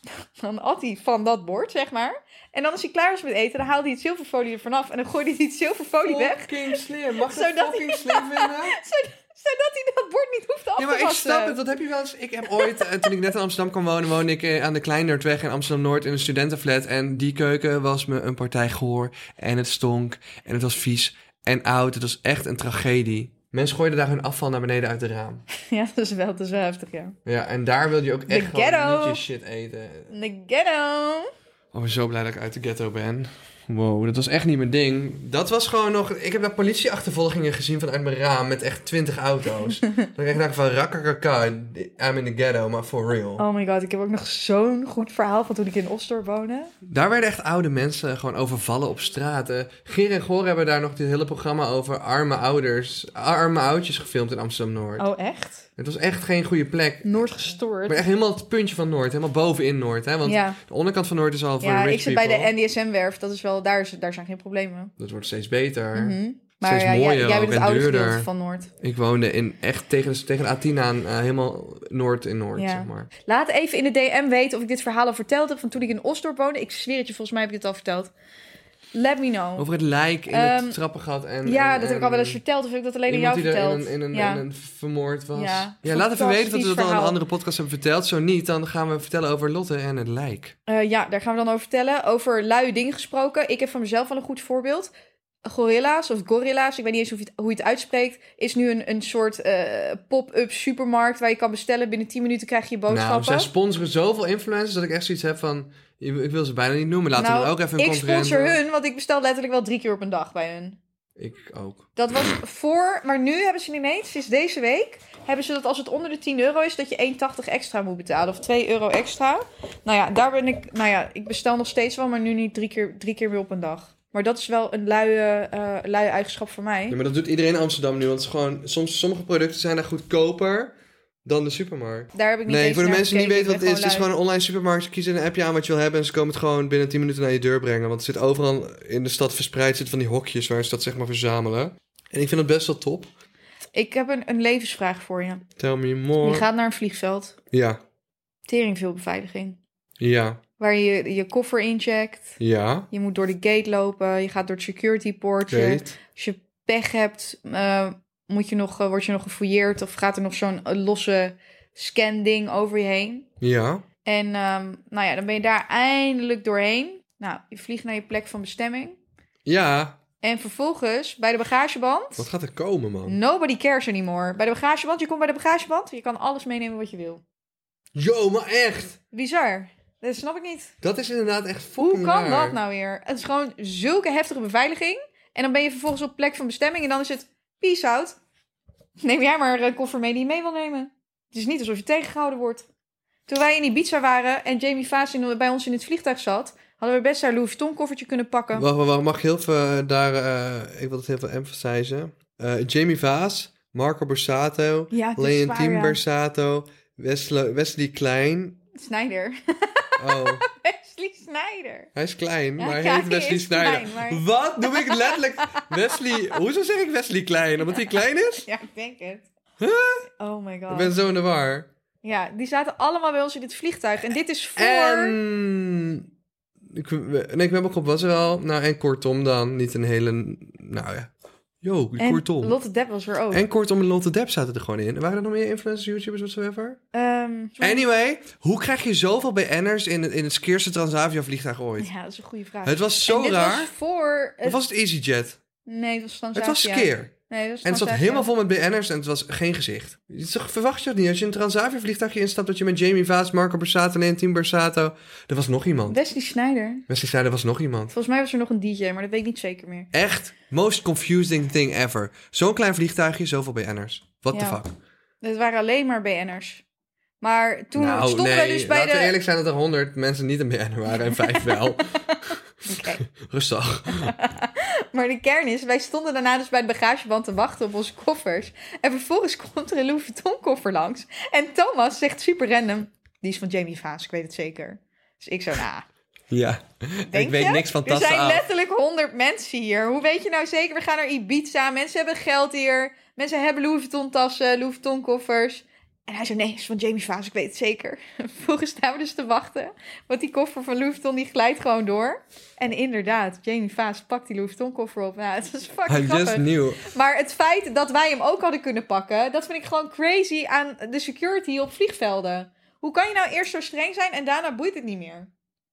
Dan at hij van dat bord, zeg maar. En dan als hij klaar was met eten, dan haalde hij het zilverfolie ervan af. En dan gooide hij het zilverfolie weg. Fucking slim. Mag dat fucking slim vinden? Zodat hij dat bord niet hoeft af te wassen. Ja, maar ik snap het. Dat heb je wel eens... Ik heb ooit, toen ik net in Amsterdam kwam wonen... woonde ik aan de Kleinerdweg in Amsterdam-Noord in een studentenflat. En die keuken was me een partij goor. En het stonk. En het was vies en oud. Het was echt een tragedie. Mensen gooiden daar hun afval naar beneden uit het raam. Ja, dat is wel heftig, ja. Ja, en daar wilde je ook echt gewoon niet je shit eten. De ghetto. Oh, ik ben zo blij dat ik uit de ghetto ben. Wow, dat was echt niet mijn ding. Dat was gewoon nog... Ik heb daar politieachtervolgingen gezien vanuit mijn raam met echt 20 auto's. Dan kreeg ik van rakkakaka, I'm in the ghetto, maar for real. Oh my god, ik heb ook nog zo'n goed verhaal van toen ik in Osdorp woonde. Daar werden echt oude mensen gewoon overvallen op straat. Geer en Goor hebben daar nog dit hele programma over arme oudjes gefilmd in Amsterdam-Noord. Oh, echt? Het was echt geen goede plek. Noord gestoord. Maar echt helemaal het puntje van Noord. Helemaal bovenin Noord. Hè? Want de onderkant van Noord is al voor rich people. Ja, ik zit bij de NDSM-werf. Dat is wel, daar zijn geen problemen. Dat wordt steeds beter. Mm-hmm. Maar steeds mooier jij bent het oude duurder. gedeelte van Noord. Ik woonde echt tegen A10 aan helemaal Noord in Noord, zeg maar. Laat even in de DM weten of ik dit verhaal al verteld heb van toen ik in Osdorp woonde. Ik zweer het je, volgens mij heb ik dit al verteld. Let me know. Over het lijk in het trappengat. Dat heb ik al wel eens verteld. Of heb ik dat alleen aan jou verteld? Die in een vermoord was. Ja, laat even weten dat we dat al in een andere podcast hebben verteld. Zo niet, dan gaan we vertellen over Lotte en het lijk. Daar gaan we dan over vertellen. Over luie dingen gesproken. Ik heb van mezelf wel een goed voorbeeld. Gorilla's, ik weet niet eens hoe je het uitspreekt, is nu een soort pop-up supermarkt waar je kan bestellen. Binnen 10 minuten krijg je je boodschappen. Nou, zij sponsoren zoveel influencers dat ik echt zoiets heb van... Ik wil ze bijna niet noemen. Laten we er ook even een concurrent... Ik sponsor hun, want ik bestel letterlijk wel 3 keer op een dag bij hun. Ik ook. Dat was maar nu hebben ze ineens, sinds deze week, hebben ze dat als het onder de €10 is, dat je €1,80 extra moet betalen. Of €2 extra. Nou ja, daar ben ik... ik bestel nog steeds wel, maar nu niet 3 keer weer op een dag. Maar dat is wel een luie eigenschap voor mij. Ja, maar dat doet iedereen in Amsterdam nu. Want het is gewoon, sommige producten zijn daar goedkoper dan de supermarkt. Daar heb ik niet voor de mensen die niet weten wat het is. Het is gewoon een online supermarkt. Je kiest een appje aan wat je wil hebben. En ze komen het gewoon binnen 10 minuten naar je deur brengen. Want het zit overal in de stad verspreid. Zit van die hokjes waar ze dat zeg maar verzamelen. En ik vind het best wel top. Ik heb een levensvraag voor je. Tell me more. Je gaat naar een vliegveld. Ja. Tering veel beveiliging. Ja. Waar je je koffer incheckt. Ja. Je moet door de gate lopen. Je gaat door het security poortje. Als je pech hebt, word je nog gefouilleerd. Of gaat er nog zo'n losse scan-ding over je heen. Ja. En dan ben je daar eindelijk doorheen. Nou, je vliegt naar je plek van bestemming. Ja. En vervolgens, bij de bagageband... Wat gaat er komen, man? Nobody cares anymore. Bij de bagageband, je komt bij de bagageband. Je kan alles meenemen wat je wil. Yo, maar echt? Bizar. Dat snap ik niet. Dat is inderdaad echt fucking Hoe kan raar. dat nou weer? Het is gewoon zulke heftige beveiliging. En dan ben je vervolgens op plek van bestemming. En dan is het peace out. Neem jij maar een koffer mee die je mee wil nemen. Het is niet alsof je tegengehouden wordt. Toen wij in Ibiza waren en Jamie Vaas bij ons in het vliegtuig zat... hadden we best haar Louis Vuitton koffertje kunnen pakken. Wacht, mag ik heel veel daar... ik wil het heel veel emphasizen. Jamie Vaas, Marco Borsato, Leontien Borsato, Wesley Klein... Snijder. Oh. Wesley Snijder. Hij is klein, maar hij heet Wesley Snijder. Maar... Wat? Noem ik het letterlijk Wesley... Hoezo zeg ik Wesley Klein? Omdat hij klein is? Ja, ik denk het. Huh? Oh my god. Ik ben zo in de war. Ja, die zaten allemaal bij ons in dit vliegtuig. En dit is voor... Ik ben ook was er al. Nou, en kortom dan. Niet een hele... Nou ja. En kortom. Lotte Depp was er ook. En kortom, Lotte Depp zaten er gewoon in. Waren er nog meer influencers, YouTubers, whatsoever? Anyway, hoe krijg je zoveel BN'ers in het skeerste Transavia vliegtuig ooit? Ja, dat is een goede vraag. Het was zo raar. Was voor... Of was het EasyJet? Nee, het was Transavia. Het was Skeer. Nee, dat en het zat helemaal vol met BN'ers en het was geen gezicht. Verwacht je dat niet? Als je een Transavia vliegtuigje instapt, dat je met Jamie Vaas, Marco Borsato en Team Borsato... Er was nog iemand. Wesley Sneijder was nog iemand. Volgens mij was er nog een DJ, maar dat weet ik niet zeker meer. Echt? Most confusing thing ever. Zo'n klein vliegtuigje, zoveel BN'ers. What the fuck? Het waren alleen maar BN'ers. Maar toen stonden wij dus bij laten we eerlijk zijn dat er 100 mensen niet een BN'er waren en 5 wel. Oké. Rustig. Maar de kern is, wij stonden daarna dus bij de bagageband te wachten op onze koffers. En vervolgens komt er een Louis Vuitton koffer langs. En Thomas zegt super random, die is van Jamie Vaas, ik weet het zeker. Dus ik zo, Ja, ik weet niks van tassen af. Er zijn af. letterlijk 100 mensen hier. Hoe weet je nou zeker? We gaan naar Ibiza, mensen hebben geld hier. Mensen hebben Louis Vuitton tassen, Louis Vuitton koffers. En hij zei, nee, het is van Jamie Vaas, ik weet het zeker. Vervolgens staan we dus te wachten. Want die koffer van Louis Vuitton, die glijdt gewoon door. En inderdaad, Jamie Vaas pakt die Louis Vuitton koffer op. Nou, het is fucking grappig. Just knew. Maar het feit dat wij hem ook hadden kunnen pakken... dat vind ik gewoon crazy aan de security op vliegvelden. Hoe kan je nou eerst zo streng zijn en daarna boeit het niet meer?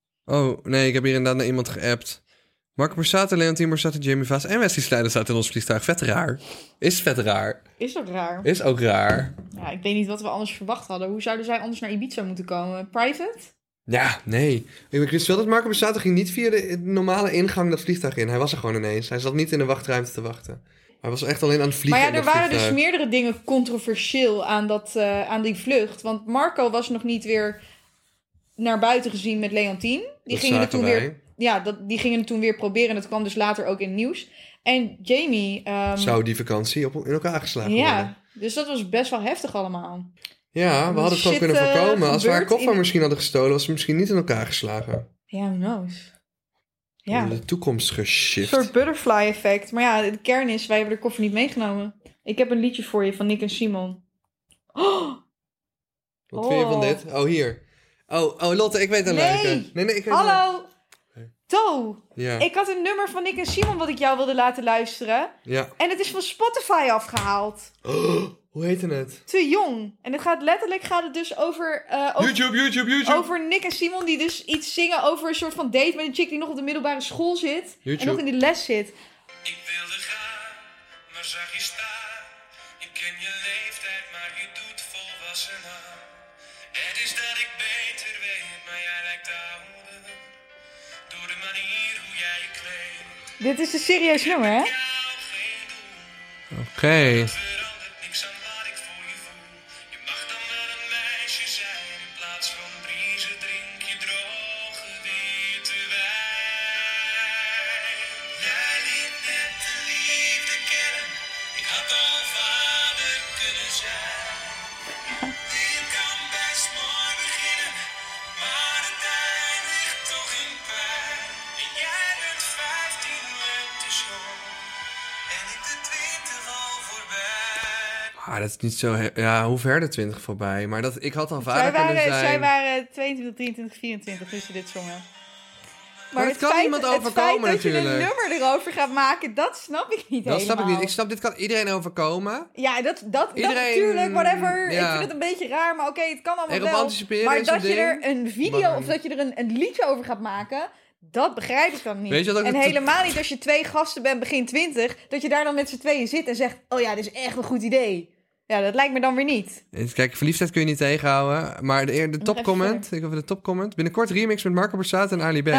Oh, nee, ik heb hier inderdaad naar iemand geappt. Marco Borsato, Leontien Borsato, Jamie Vaas en Wesley Sneijder zaten in ons vliegtuig. Vet raar. Is vet raar. Is ook raar. Is ook raar. Ja, ik weet niet wat we anders verwacht hadden. Hoe zouden zij anders naar Ibiza moeten komen? Private? Ja, nee. Ik wist wel dat Marco Borsato ging niet via de normale ingang dat vliegtuig in. Hij was er gewoon ineens. Hij zat niet in de wachtruimte te wachten. Hij was echt alleen aan het vliegen. Maar ja, er waren dus meerdere dingen controversieel aan die vlucht. Want Marco was nog niet weer naar buiten gezien met Leontien. Die gingen er toen weer... Ja, die gingen het toen weer proberen. En dat kwam dus later ook in het nieuws. En Jamie... zou die vakantie in elkaar geslagen worden. Ja, dus dat was best wel heftig allemaal. Ja, we hadden het gewoon kunnen voorkomen. Als we haar koffer misschien hadden gestolen... was ze misschien niet in elkaar geslagen. Ja, who knows. Ja. In de toekomst geshift. Een soort butterfly effect. Maar ja, de kern is, wij hebben de koffer niet meegenomen. Ik heb een liedje voor je van Nick en Simon. Wat vind je van dit? Oh, hier. Oh, Lotte, ik weet een leuke. Nee, ik weet hallo! To, ja. Ik had een nummer van Nick en Simon wat ik jou wilde laten luisteren. Ja. En het is van Spotify afgehaald. Hoe heette het? Te jong. En het gaat het dus over... YouTube. Over Nick en Simon die dus iets zingen over een soort van date met een chick die nog op de middelbare school zit. YouTube. En nog in de les zit. Ik wilde gaan, maar zag je staan. Ik ken je leeftijd, maar je doet volwassen aan. Het is dat ik beter weet, maar jij lijkt ouder. Door de manier hoe jij je kleedt. Dit is een serieus nummer, hè? Oké. Dat is niet zo... Ja, hoe ver de 20 voorbij? Maar ik had al vaker kunnen zijn. Zij waren 22, 23, 24 toen ze dit zongen. Maar het kan iemand overkomen natuurlijk. Het feit dat natuurlijk. je een nummer erover gaat maken, dat snap ik niet helemaal. Dat snap ik niet. Ik snap, dit kan iedereen overkomen. Ja, dat natuurlijk, whatever. Ja. Ik vind het een beetje raar, maar oké, het kan allemaal wel. Anticiperen maar dat je er een video of dat je er een liedje over gaat maken... Dat begrijp ik dan niet. Weet je dat en helemaal niet als je 2 gasten bent begin 20... dat je daar dan met z'n tweeën zit en zegt... oh ja, dit is echt een goed idee. Ja, dat lijkt me dan weer niet. Kijk, verliefdheid kun je niet tegenhouden. Maar de topcomment... Ik over de topcomment. Binnenkort remix met Marco Borsato en Ali B.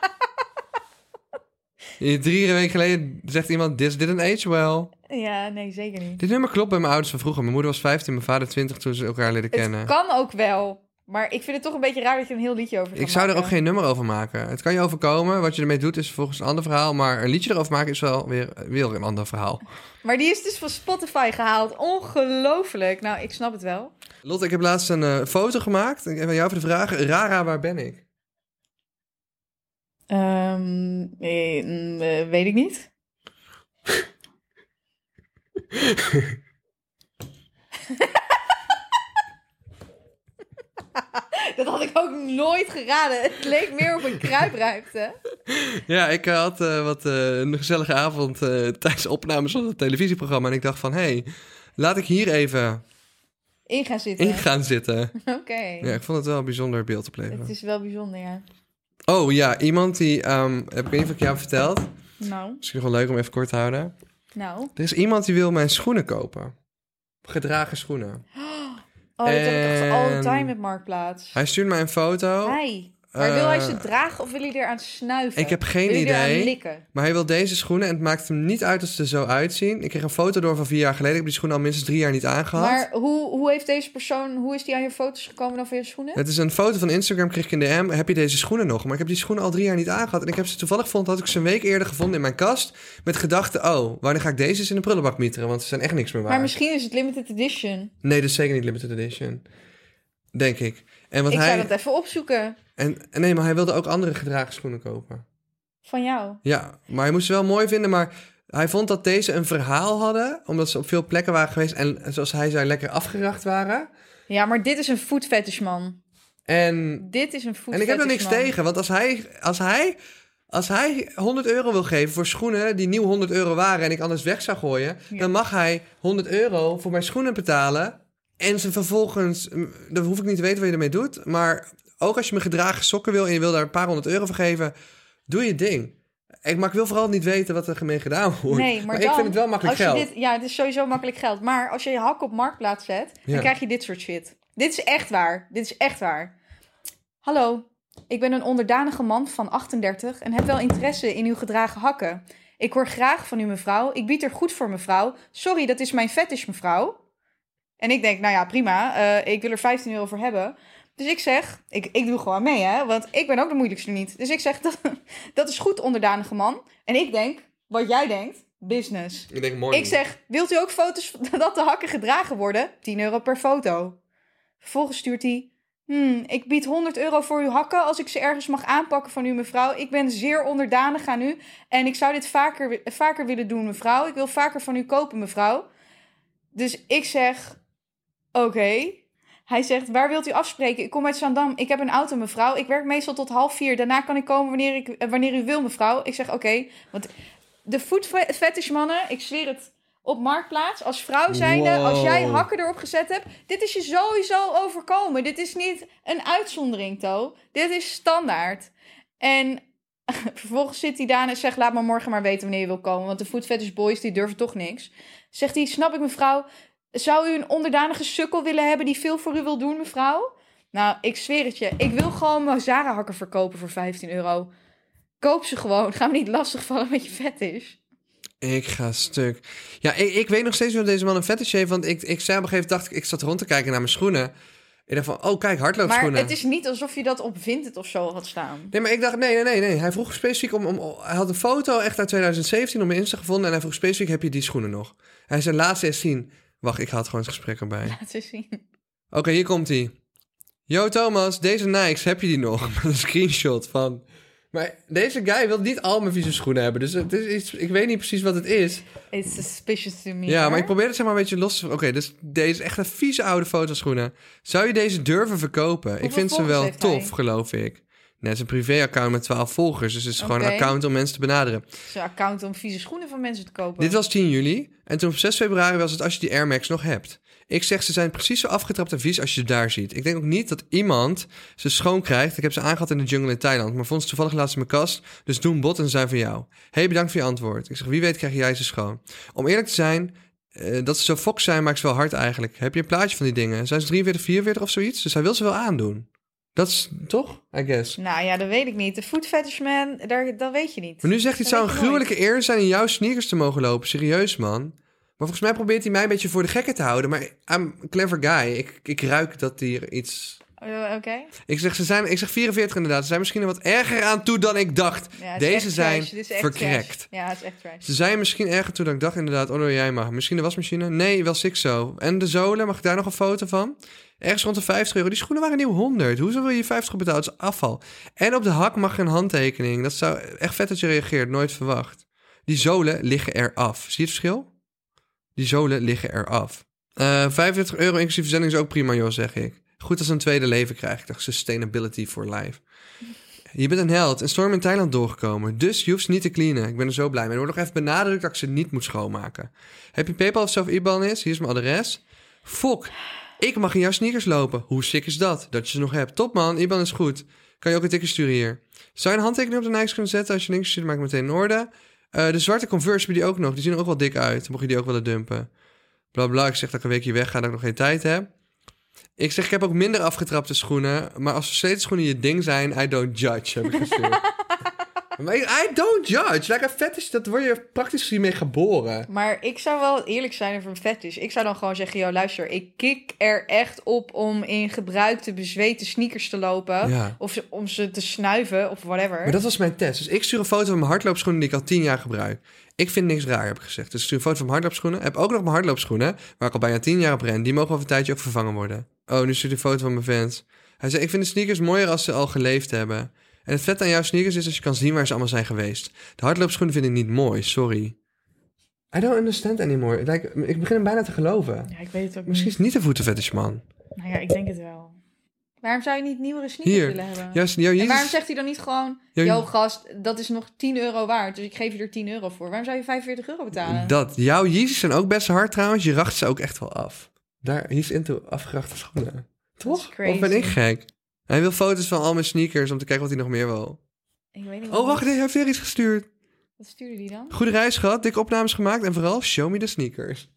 3 weken geleden zegt iemand... This didn't age well. Ja, nee, zeker niet. Dit nummer klopt bij mijn ouders van vroeger. Mijn moeder was 15, mijn vader 20 toen ze elkaar leren kennen. Het kan ook wel... Maar ik vind het toch een beetje raar dat je een heel liedje over gaat Ik zou maken. er ook geen nummer over maken. Het kan je overkomen. Wat je ermee doet is vervolgens een ander verhaal. Maar een liedje erover maken is wel weer een ander verhaal. Maar die is dus van Spotify gehaald. Ongelooflijk. Nou, ik snap het wel. Lotte, ik heb laatst een foto gemaakt. Ik heb aan jou voor de vraag. Rara, waar ben ik? Weet ik niet. Dat had ik ook nooit geraden. Het leek meer op een kruipruimte. Ja, ik had een gezellige avond tijdens opnames van het televisieprogramma. En ik dacht van, laat ik hier even In gaan zitten. Oké. Ja, ik vond het wel een bijzonder beeld opleveren. Het is wel bijzonder, ja. Oh ja, iemand die... heb ik niet of ik jou heb verteld? Nou. Misschien wel leuk om even kort te houden. Nou. Er is iemand die wil mijn schoenen kopen. Gedragen schoenen. Oh, dat heb ik echt all the time met Marktplaats. Hij stuurt mij een foto. Maar wil hij ze dragen of wil hij eraan snuiven? Ik heb geen idee. idee. Likken? Maar hij wil deze schoenen en het maakt hem niet uit als ze er zo uitzien. Ik kreeg een foto door van 4 jaar geleden. Ik heb die schoenen al minstens 3 jaar niet aangehad. Maar hoe heeft deze persoon... Hoe is die aan je foto's gekomen dan van je schoenen? Het is een foto van Instagram, kreeg ik in DM. Heb je deze schoenen nog? Maar ik heb die schoenen al 3 jaar niet aangehad. En ik heb ze toevallig gevonden, had ik ze een week eerder gevonden in mijn kast. Met gedachte, wanneer ga ik deze eens in de prullenbak mieteren? Want ze zijn echt niks meer waard. Maar misschien is het limited edition. Nee, dat is zeker niet limited edition. Denk ik. En wat ik zou dat even opzoeken. Nee, maar hij wilde ook andere gedragen schoenen kopen. Van jou? Ja, maar hij moest ze wel mooi vinden. Maar hij vond dat deze een verhaal hadden. Omdat ze op veel plekken waren geweest. En zoals hij zei, lekker afgeracht waren. Ja, maar dit is een food fetish, man. Dit is een food fetish, en ik heb er niks tegen. Want als hij 100 euro wil geven voor schoenen die nieuw 100 euro waren... en ik anders weg zou gooien... dan mag hij 100 euro voor mijn schoenen betalen... en ze vervolgens... dan hoef ik niet te weten wat je ermee doet... maar ook als je me gedragen sokken wil... en je wil daar een paar 100 euro voor geven... doe je ding. Maar ik wil vooral niet weten wat er gemeen gedaan wordt. Nee, maar ik vind het wel makkelijk geld. Het is sowieso makkelijk geld. Maar als je je hak op Marktplaats zet... dan krijg je dit soort shit. Dit is echt waar. Hallo, ik ben een onderdanige man van 38... en heb wel interesse in uw gedragen hakken. Ik hoor graag van u, mevrouw. Ik bied er goed voor, mevrouw. Sorry, dat is mijn fetish, mevrouw. En ik denk, nou ja, prima. Ik wil er 15 euro voor hebben. Dus ik zeg, ik doe gewoon mee, hè. Want ik ben ook de moeilijkste niet. Dus ik zeg, dat is goed, onderdanige man. En ik denk, wat jij denkt, business. Ik zeg, wilt u ook foto's dat de hakken gedragen worden? 10 euro per foto. Vervolgens stuurt hij... ik bied 100 euro voor uw hakken als ik ze ergens mag aanpakken van u, mevrouw. Ik ben zeer onderdanig aan u. En ik zou dit vaker willen doen, mevrouw. Ik wil vaker van u kopen, mevrouw. Dus ik zeg... Oké. Hij zegt, waar wilt u afspreken? Ik kom uit Zaandam. Ik heb een auto, mevrouw. Ik werk meestal tot 3:30. Daarna kan ik komen wanneer u wil, mevrouw. Ik zeg, oké. Want de food fetish mannen, ik zweer het, op Marktplaats, als vrouw zijnde, als jij hakken erop gezet hebt, dit is je sowieso overkomen. Dit is niet een uitzondering, To. Dit is standaard. En vervolgens zit hij daar en zegt, laat me morgen maar weten wanneer je wil komen. Want de food fetish boys, die durven toch niks. Zegt hij, snap ik, mevrouw... Zou u een onderdanige sukkel willen hebben die veel voor u wil doen, mevrouw? Nou, ik zweer het je. Ik wil gewoon mijn Zara-hakken verkopen voor 15 euro. Koop ze gewoon. Ga me niet lastigvallen met je fetish. Ik ga stuk. Ja, ik weet nog steeds niet of deze man een fetish heeft. Want ik zei op een gegeven moment, dacht ik zat rond te kijken naar mijn schoenen. Ik dacht van, kijk, hardloopschoenen. Maar het is niet alsof je dat op Vinted of zo had staan. Nee, maar ik dacht, nee. Hij vroeg specifiek hij had een foto echt uit 2017 op mijn Insta gevonden. En hij vroeg specifiek, heb je die schoenen nog? Hij zei, laat ze eens zien. Wacht, ik haal het gewoon het gesprek erbij. Laat eens zien. Oké, hier komt hij. Yo Thomas, deze Nikes, heb je die nog? Met een screenshot van... Maar deze guy wil niet al mijn vieze schoenen hebben. Dus het is iets, ik weet niet precies wat het is. It's suspicious to me. Ja, maar ik probeer het zeg maar een beetje los te... Oké, dus deze is echt een vieze oude fotoschoenen. Zou je deze durven verkopen? Ik vind ze wel tof, geloof ik. Net is een privé-account met 12 volgers. Dus het is gewoon een account om mensen te benaderen. Het is een account om vieze schoenen van mensen te kopen. Dit was 10 juli. En toen op 6 februari was het als je die Air Max nog hebt. Ik zeg, ze zijn precies zo afgetrapt en vies als je ze daar ziet. Ik denk ook niet dat iemand ze schoon krijgt. Ik heb ze aangehad in de jungle in Thailand. Maar vond ze toevallig laatst in mijn kast. Dus doe een bot en ze zijn van jou. Hey, bedankt voor je antwoord. Ik zeg, wie weet krijg jij ze schoon. Om eerlijk te zijn... dat ze zo fox zijn maakt ze wel hard eigenlijk. Heb je een plaatje van die dingen? Zijn ze 43, 44 of zoiets? Dus hij wil ze wel aandoen. Dat is toch, I guess. Nou ja, dat weet ik niet. De food fetish man, dat weet je niet. Maar nu zegt hij, het zou een gruwelijke eer zijn in jouw sneakers te mogen lopen. Serieus, man. Maar volgens mij probeert hij mij een beetje voor de gekken te houden. Maar I'm a clever guy. Ik ruik dat hier iets... Oké. Ik zeg 44 inderdaad. Ze zijn misschien er wat erger aan toe dan ik dacht. Ja, deze zijn verkrekt. Ja, het is echt trash. Ze zijn misschien erger toe dan ik dacht inderdaad. Oh, jij mag. Misschien de wasmachine? Nee, wel Sixo. En de zolen, mag ik daar nog een foto van? Ergens rond de 50 euro. Die schoenen waren nieuw 100. Hoezo wil je 50 betalen? Dat is afval. En op de hak mag je een handtekening. Dat zou echt vet dat je reageert. Nooit verwacht. Die zolen liggen eraf. Zie je het verschil? Die zolen liggen eraf. 45 euro inclusief verzending is ook prima, joh, zeg ik. goed als een tweede leven krijgen. Ik dacht, sustainability for life. Je bent een held. Een storm in Thailand doorgekomen. Dus je hoeft ze niet te cleanen. Ik ben er zo blij mee. Er wordt nog even benadrukt dat ik ze niet moet schoonmaken. Heb je PayPal of zelf IBAN is? Hier is mijn adres. Fok, ik mag in jouw sneakers lopen. Hoe sick is dat? Dat je ze nog hebt. Top man, IBAN is goed. Kan je ook een ticket sturen hier. Zou je een handtekening op de Nikes kunnen zetten? Als je links stuurt, maak ik meteen in orde. De zwarte Converse heb je die ook nog. Die zien er ook wel dik uit. Mocht je die ook willen dumpen. Blablabla. Ik zeg dat ik een weekje weg ga, dat ik nog geen tijd heb. Ik zeg, ik heb ook minder afgetrapte schoenen. Maar als versleten schoenen je ding zijn, I don't judge, heb ik gestuurd. Maar I don't judge. Like, een fetish, dat word je praktisch gezien mee geboren. Maar ik zou wel eerlijk zijn over een fetish. Ik zou dan gewoon zeggen, yo, luister, ik kik er echt op om in gebruikte, bezweten sneakers te lopen. Ja. Of om ze te snuiven, of whatever. Maar dat was mijn test. Dus ik stuur een foto van mijn hardloopschoenen die ik al 10 jaar gebruik. Ik vind niks raar, heb ik gezegd. Dus ik stuur een foto van mijn hardloopschoenen. Heb ook nog mijn hardloopschoenen, waar ik al bijna 10 jaar op ren. Die mogen over een tijdje ook vervangen worden. Oh, nu stuurt hij een foto van mijn fans. Hij zei, ik vind de sneakers mooier als ze al geleefd hebben. En het vet aan jouw sneakers is als je kan zien waar ze allemaal zijn geweest. De hardloopschoenen vind ik niet mooi, sorry. I don't understand anymore. Like, ik begin hem bijna te geloven. Ja, ik weet het ook Misschien is het niet een voetenfetish, man. Nou ja, ik denk het wel. Waarom zou je niet nieuwere sneakers willen hebben? En waarom zegt hij dan niet gewoon... Yo, gast, dat is nog €10 waard. Dus ik geef je er €10 voor. Waarom zou je €45 betalen? Jouw Yeezys zijn ook best hard trouwens. Je racht ze ook echt wel af. He's into afgerachte schoenen. Toch? Of ben ik gek? Hij wil foto's van al mijn sneakers om te kijken wat hij nog meer wil. Ik weet niet wacht, hij heeft weer iets gestuurd. Wat stuurde die dan? Goede reis gehad, dikke opnames gemaakt en vooral show me the sneakers.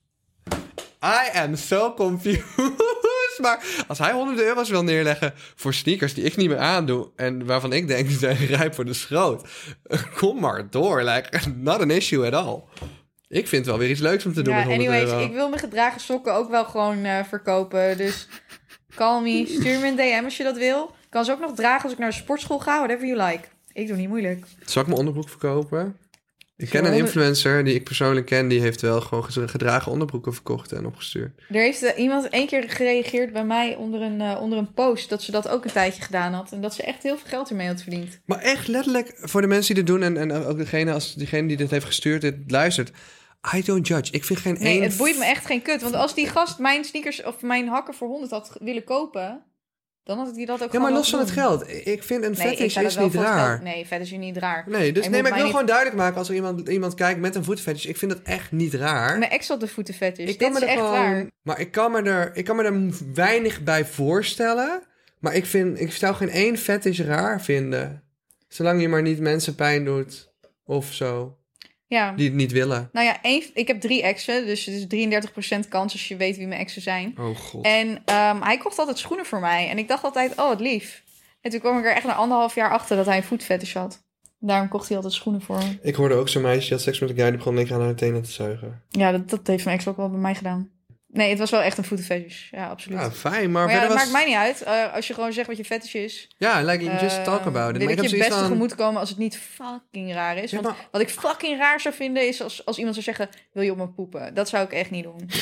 I am so confused. Maar als hij €100 wil neerleggen voor sneakers die ik niet meer aandoe en waarvan ik denk die zijn rijp voor de schroot, kom maar door. Like, not an issue at all. Ik vind het wel weer iets leuks om te doen met €100. Ik wil mijn gedragen sokken ook wel gewoon verkopen. Dus call me, stuur me een DM als je dat wil. Ik kan ze ook nog dragen als ik naar de sportschool ga, whatever you like. Ik doe niet moeilijk. Zal ik mijn onderbroek verkopen? Ik ken een influencer die ik persoonlijk ken, die heeft wel gewoon gedragen onderbroeken verkocht en opgestuurd. Er heeft iemand 1 keer gereageerd bij mij onder een post dat ze dat ook een tijdje gedaan had. En dat ze echt heel veel geld ermee had verdiend. Maar echt letterlijk, voor de mensen die dit doen en ook diegene die dit heeft gestuurd, dit luistert. I don't judge. Ik vind geen één... Nee, het boeit me echt geen kut. Want als die gast mijn sneakers of mijn hakken voor 100 had willen kopen, dan had ik die dat ook gewoon maar los van doen. het geld. Ik vind een fetish is niet raar. Nee, fetish is niet raar. Nee, dus maar ik wil gewoon duidelijk maken als er iemand kijkt met een voetenfetish. Ik vind dat echt niet raar. Mijn ex had de voetenfetish. Dit is echt raar. Maar ik kan me er weinig bij voorstellen. Maar ik zou geen één fetish raar vinden. Zolang je maar niet mensen pijn doet of zo. Ja. Die het niet willen. Nou ja, ik heb 3 exen, dus het is 33% kans als je weet wie mijn exen zijn. Oh god. En hij kocht altijd schoenen voor mij. En ik dacht altijd, oh, wat lief. En toen kwam ik er echt na 1,5 jaar achter dat hij een voetfetish had. Daarom kocht hij altijd schoenen voor me. Ik hoorde ook zo'n meisje, die had seks met een guy, die begon lekker aan haar tenen te zuigen. Ja, dat heeft mijn ex ook wel bij mij gedaan. Nee, het was wel echt een voetenfetish. Ja, absoluut. Ja, fijn, maar ja, dat maakt mij niet uit. Als je gewoon zegt wat je fetish is. Ja, like, just talk about it. Wil maar ik je best tegemoet komen als het niet fucking raar is. Want wat ik fucking raar zou vinden is als iemand zou zeggen, wil je op me poepen? Dat zou ik echt niet doen.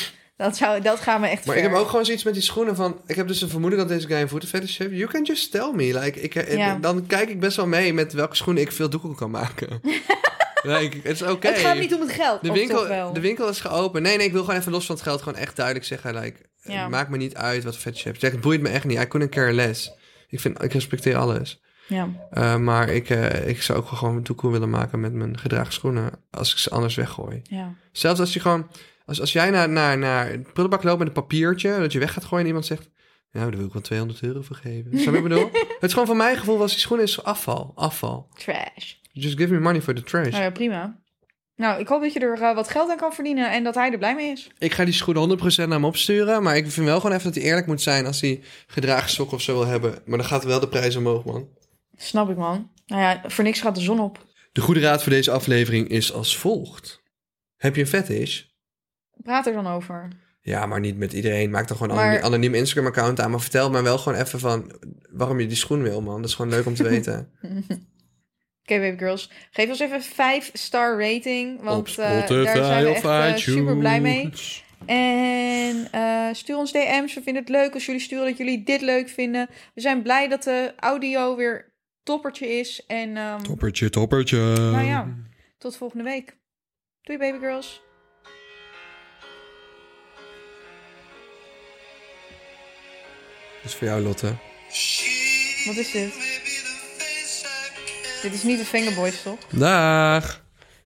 Dat gaat me echt Maar ver. ik heb ook gewoon zoiets met die schoenen van... Ik heb dus een vermoeden dat deze guy een voetenfetish heeft. You can just tell me. Like, dan kijk ik best wel mee met welke schoenen ik veel doekoe kan maken. Like, het is oké. Het gaat niet om het geld. De winkel is geopend. Nee, ik wil gewoon even los van het geld gewoon echt duidelijk zeggen. Like, maakt me niet uit wat fetish je hebt. Zeg, het boeit me echt niet. I couldn't care less. Ik respecteer alles. Ja. Maar ik zou ook gewoon een doekoe willen maken met mijn gedragen schoenen. Als ik ze anders weggooi. Ja. Zelfs als je gewoon... Als jij naar het prullenbak loopt met een papiertje... dat je weg gaat gooien en iemand zegt... Nou, daar wil ik wel €200 voor geven. Snap je wat ik bedoel? Het is gewoon van mijn gevoel... was die schoenen is afval. Trash. Just give me money for the trash. Nou ja, prima. Nou, ik hoop dat je er wat geld aan kan verdienen... en dat hij er blij mee is. Ik ga die schoenen 100% naar hem opsturen... maar ik vind wel gewoon even dat hij eerlijk moet zijn... als hij gedragen sokken of zo wil hebben. Maar dan gaat wel de prijs omhoog, man. Snap ik, man. Nou ja, voor niks gaat de zon op. De goede raad voor deze aflevering is als volgt. Heb je een fetish? Praat er dan over. Ja, maar niet met iedereen. Maak dan gewoon een anoniem Instagram-account aan. Maar vertel me wel gewoon even van... waarom je die schoen wil, man. Dat is gewoon leuk om te weten. Oké, baby girls. Geef ons even 5-star rating. Want daar zijn we echt super blij mee. En stuur ons DM's. We vinden het leuk als jullie sturen dat jullie dit leuk vinden. We zijn blij dat de audio weer toppertje is. En, Toppertje. Nou ja, tot volgende week. Doei, baby girls. Dus voor jou, Lotte. Wat is dit? Dit is niet de Fingerboys, toch? Dag!